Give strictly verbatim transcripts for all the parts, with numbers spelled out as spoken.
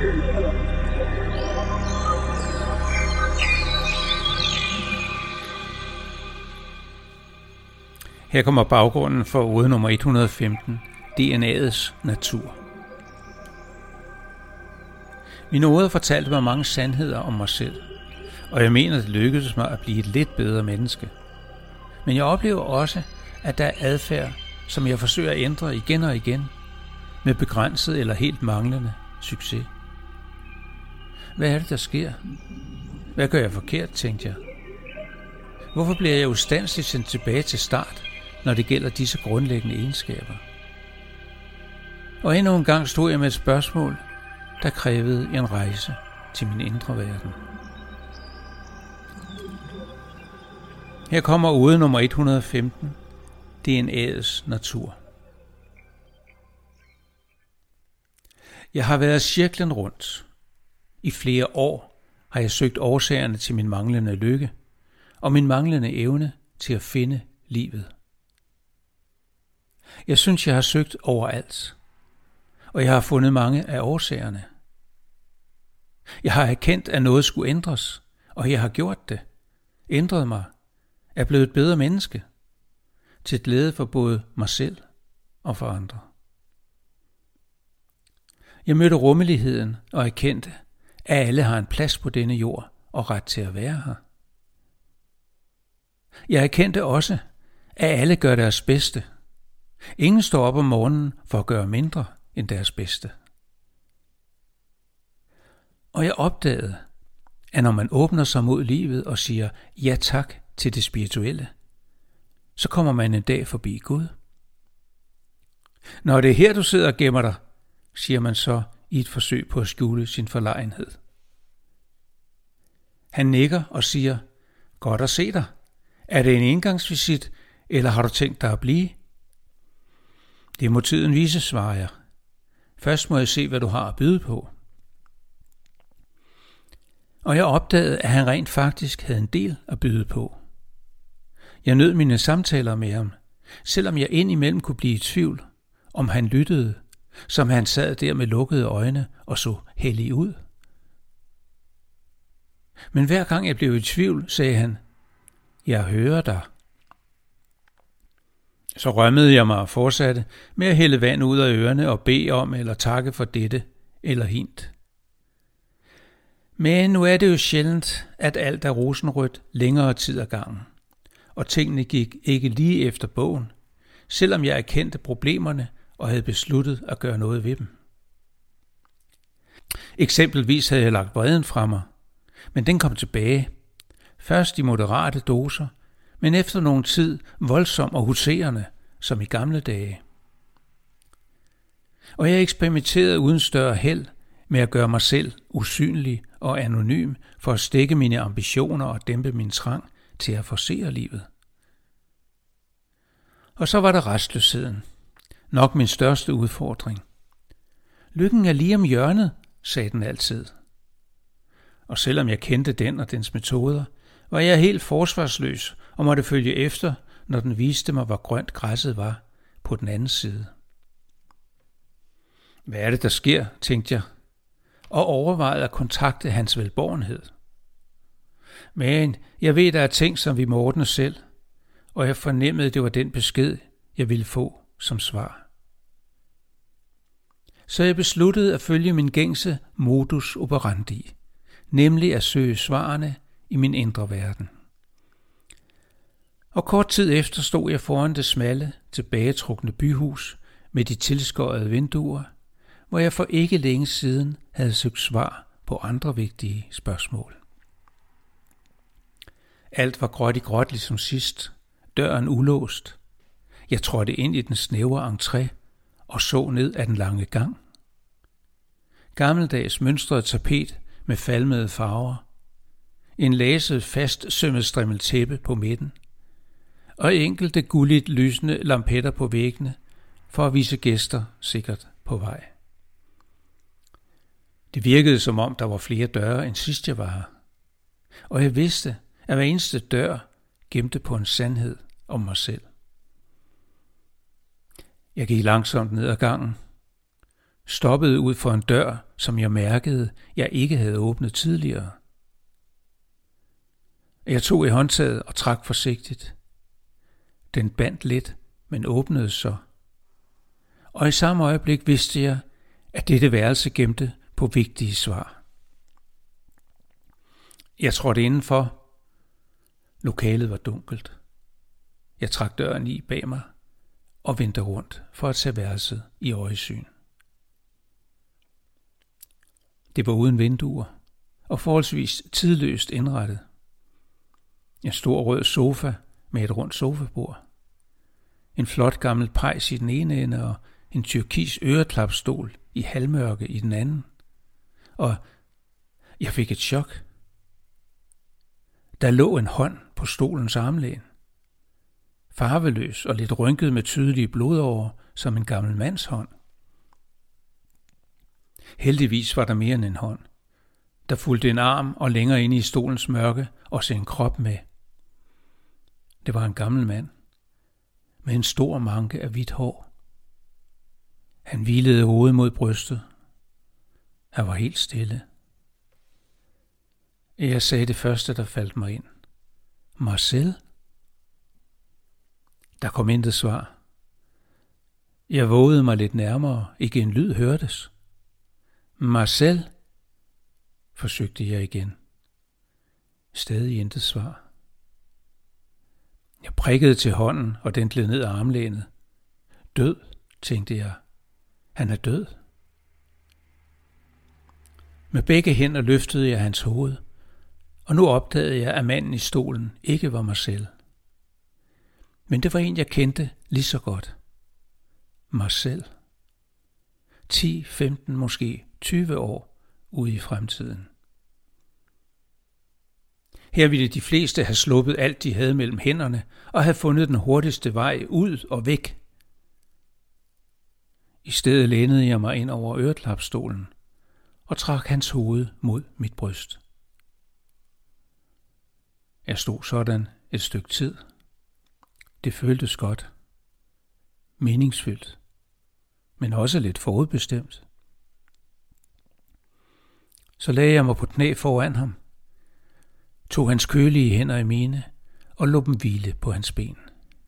Her kommer baggrunden for ode nummer et hundrede og femten, D N A'ets natur. Mine ord fortalte mig mange sandheder om mig selv, og jeg mener, det lykkedes mig at blive et lidt bedre menneske. Men jeg oplever også, at der er adfærd, som jeg forsøger at ændre igen og igen, med begrænset eller helt manglende succes. Hvad er det, der sker? Hvad gør jeg forkert, tænkte jeg. Hvorfor bliver jeg ustandsligt sendt tilbage til start, når det gælder disse grundlæggende egenskaber? Og endnu en gang stod jeg med et spørgsmål, der krævede en rejse til min indre verden. Her kommer ode nummer et hundrede og femten, D N A'ets natur. Jeg har været cirklen rundt. I flere år har jeg søgt årsagerne til min manglende lykke og min manglende evne til at finde livet. Jeg synes, jeg har søgt overalt, og jeg har fundet mange af årsagerne. Jeg har erkendt, at noget skulle ændres, og jeg har gjort det, ændret mig, er blevet et bedre menneske, til glæde for både mig selv og for andre. Jeg mødte rummeligheden og erkendte, at alle har en plads på denne jord og ret til at være her. Jeg erkendte også, at alle gør deres bedste. Ingen står op om morgenen for at gøre mindre end deres bedste. Og jeg opdagede, at når man åbner sig mod livet og siger ja tak til det spirituelle, så kommer man en dag forbi Gud. Når det er her, du sidder og gemmer dig, siger man så i et forsøg på at skjule sin forlegenhed. Han nikker og siger, godt at se dig. Er det en engangsvisit, eller har du tænkt dig at blive? Det må tiden vise, svarer jeg. Først må jeg se, hvad du har at byde på. Og jeg opdagede, at han rent faktisk havde en del at byde på. Jeg nød mine samtaler med ham, selvom jeg indimellem kunne blive i tvivl, om han lyttede, som han sad der med lukkede øjne og så hellig ud. Men hver gang jeg blev i tvivl, sagde han, jeg hører dig. Så rømmede jeg mig og fortsatte med at hælde vand ud af ørerne og bede om eller takke for dette eller hint. Men nu er det jo sjældent, at alt er rosenrødt længere tid ad gangen, og tingene gik ikke lige efter bogen, selvom jeg erkendte problemerne og havde besluttet at gøre noget ved dem. Eksempelvis havde jeg lagt vreden fra mig, men den kom tilbage. Først i moderate doser, men efter nogen tid voldsom og huserende, som i gamle dage. Og jeg eksperimenterede uden større held med at gøre mig selv usynlig og anonym for at stikke mine ambitioner og dæmpe min trang til at forsere livet. Og så var der restløsheden. Nok min største udfordring. Lykken er lige om hjørnet, sagde den altid. Og selvom jeg kendte den og dens metoder, var jeg helt forsvarsløs og måtte følge efter, når den viste mig, hvor grønt græsset var på den anden side. Hvad er det, der sker, tænkte jeg, og overvejede at kontakte hans velbårenhed. Men jeg ved, der er ting, som vi må ordne selv, og jeg fornemmede, det var den besked, jeg ville få som svar. Så jeg besluttede at følge min gængse modus operandi, nemlig at søge svarene i min indre verden. Og kort tid efter stod jeg foran det smalle, tilbagetrukne byhus med de tilskårede vinduer, hvor jeg for ikke længe siden havde søgt svar på andre vigtige spørgsmål. Alt var gråt i gråt ligesom sidst, døren ulåst. Jeg trådte ind i den snævre entré og så ned ad den lange gang. Gammeldags mønstret tapet med falmede farver, en læset fast sømmet strimmel tæppe på midten, og enkelte gulligt lysende lampetter på væggene for at vise gæster sikkert på vej. Det virkede som om, der var flere døre end sidst jeg var her, og jeg vidste, at hver eneste dør gemte på en sandhed om mig selv. Jeg gik langsomt ned ad gangen. stoppede ud for en dør, som jeg mærkede, jeg ikke havde åbnet tidligere. Jeg tog i håndtaget og trak forsigtigt. Den bandt lidt, men åbnede så. Og i samme øjeblik vidste jeg, at dette værelse gemte på vigtige svar. Jeg trådte indenfor. Lokalet var dunkelt. Jeg trak døren i bag mig og vendte rundt for at se værelset i øjesyn. Det var uden vinduer og forholdsvis tidløst indrettet. En stor rød sofa med et rundt sofabord. En flot gammel pejs i den ene ende og en tyrkis øreklapstol i halvmørke i den anden. Og jeg fik et chok. Der lå en hånd på stolens armlæn. Farveløs og lidt rynket med tydelige blodårer som en gammel mands hånd. Heldigvis var der mere end en hånd. Der fulgte en arm og længere inde i stolens mørke også en krop med. Det var en gammel mand med en stor manke af hvidt hår. Han hvilede hovedet mod brystet. Han var helt stille. Jeg sagde det første, der faldt mig ind. Marcel? Der kom intet svar. Jeg vågede mig lidt nærmere. Ikke en lyd hørtes. Marcel? Forsøgte jeg igen. Stadig intet svar. Jeg prikkede til hånden, og den gled ned ad armlænet. Død, tænkte jeg. Han er død. Med begge hænder løftede jeg hans hoved, og nu opdagede jeg, at manden i stolen ikke var Marcel. Men det var en, jeg kendte lige så godt. Marcel. ti, femten, måske tyve år ude i fremtiden. Her ville de fleste have sluppet alt, de havde mellem hænderne, og have fundet den hurtigste vej ud og væk. I stedet lænede jeg mig ind over øreklapstolen og trak hans hoved mod mit bryst. Jeg stod sådan et stykke tid. Det føltes godt. Meningsfyldt. Men også lidt forudbestemt. Så lagde jeg mig på knæ foran ham, tog hans kølige hænder i mine og lod dem hvile på hans ben.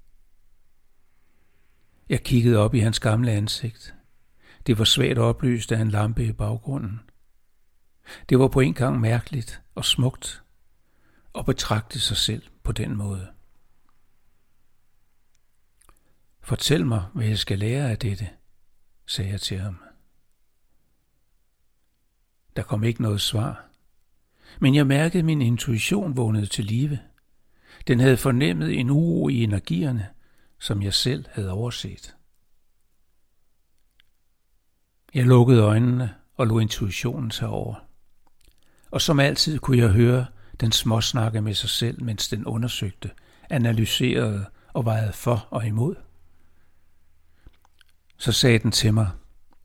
Jeg kiggede op i hans gamle ansigt. Det var svagt oplyst af en lampe i baggrunden. Det var på en gang mærkeligt og smukt at betragte sig selv på den måde. Fortæl mig, hvad jeg skal lære af dette, sagde jeg til ham. Der kom ikke noget svar, men jeg mærkede, at min intuition vågnede til live. Den havde fornemmet en uro i energierne, som jeg selv havde overset. Jeg lukkede øjnene og lod intuitionen tage over. Og som altid kunne jeg høre den småsnakke med sig selv, mens den undersøgte, analyserede og vejede for og imod. Så sagde den til mig: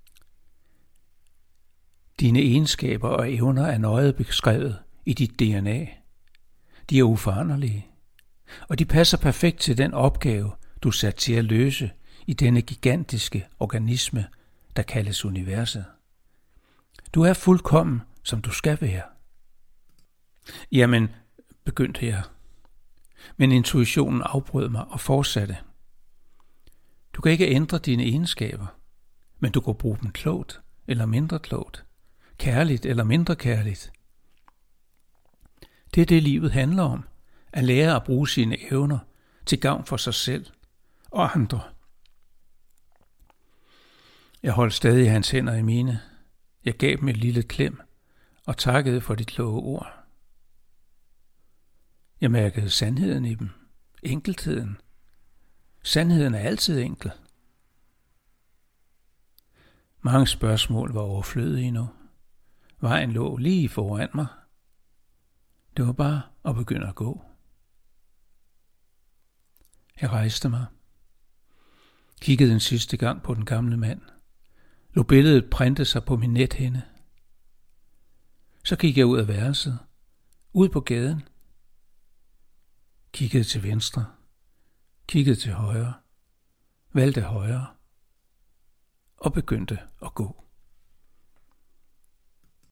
dine egenskaber og evner er nøje beskrevet i dit D N A. De er uforanderlige, og de passer perfekt til den opgave, du er sat til at løse i denne gigantiske organisme, der kaldes universet. Du er fuldkommen, som du skal være. Jamen, begyndte jeg. Men intuitionen afbrød mig og fortsatte. Du kan ikke ændre dine egenskaber, men du kan bruge dem klogt eller mindre klogt, kærligt eller mindre kærligt. Det er det, livet handler om, at lære at bruge sine evner til gavn for sig selv og andre. Jeg holdt stadig hans hænder i mine. Jeg gav dem et lille klem og takkede for de kloge ord. Jeg mærkede sandheden i dem, enkeltheden. Sandheden er altid enkel. Mange spørgsmål var overflødige nu. Vejen lå lige foran mig. Det var bare at begynde at gå. Jeg rejste mig, kiggede en sidste gang på den gamle mand, lod billedet printe sig på min nethinde. Så gik jeg ud af værelset, ud på gaden, kiggede til venstre, kiggede til højre, valgte højre og begyndte at gå.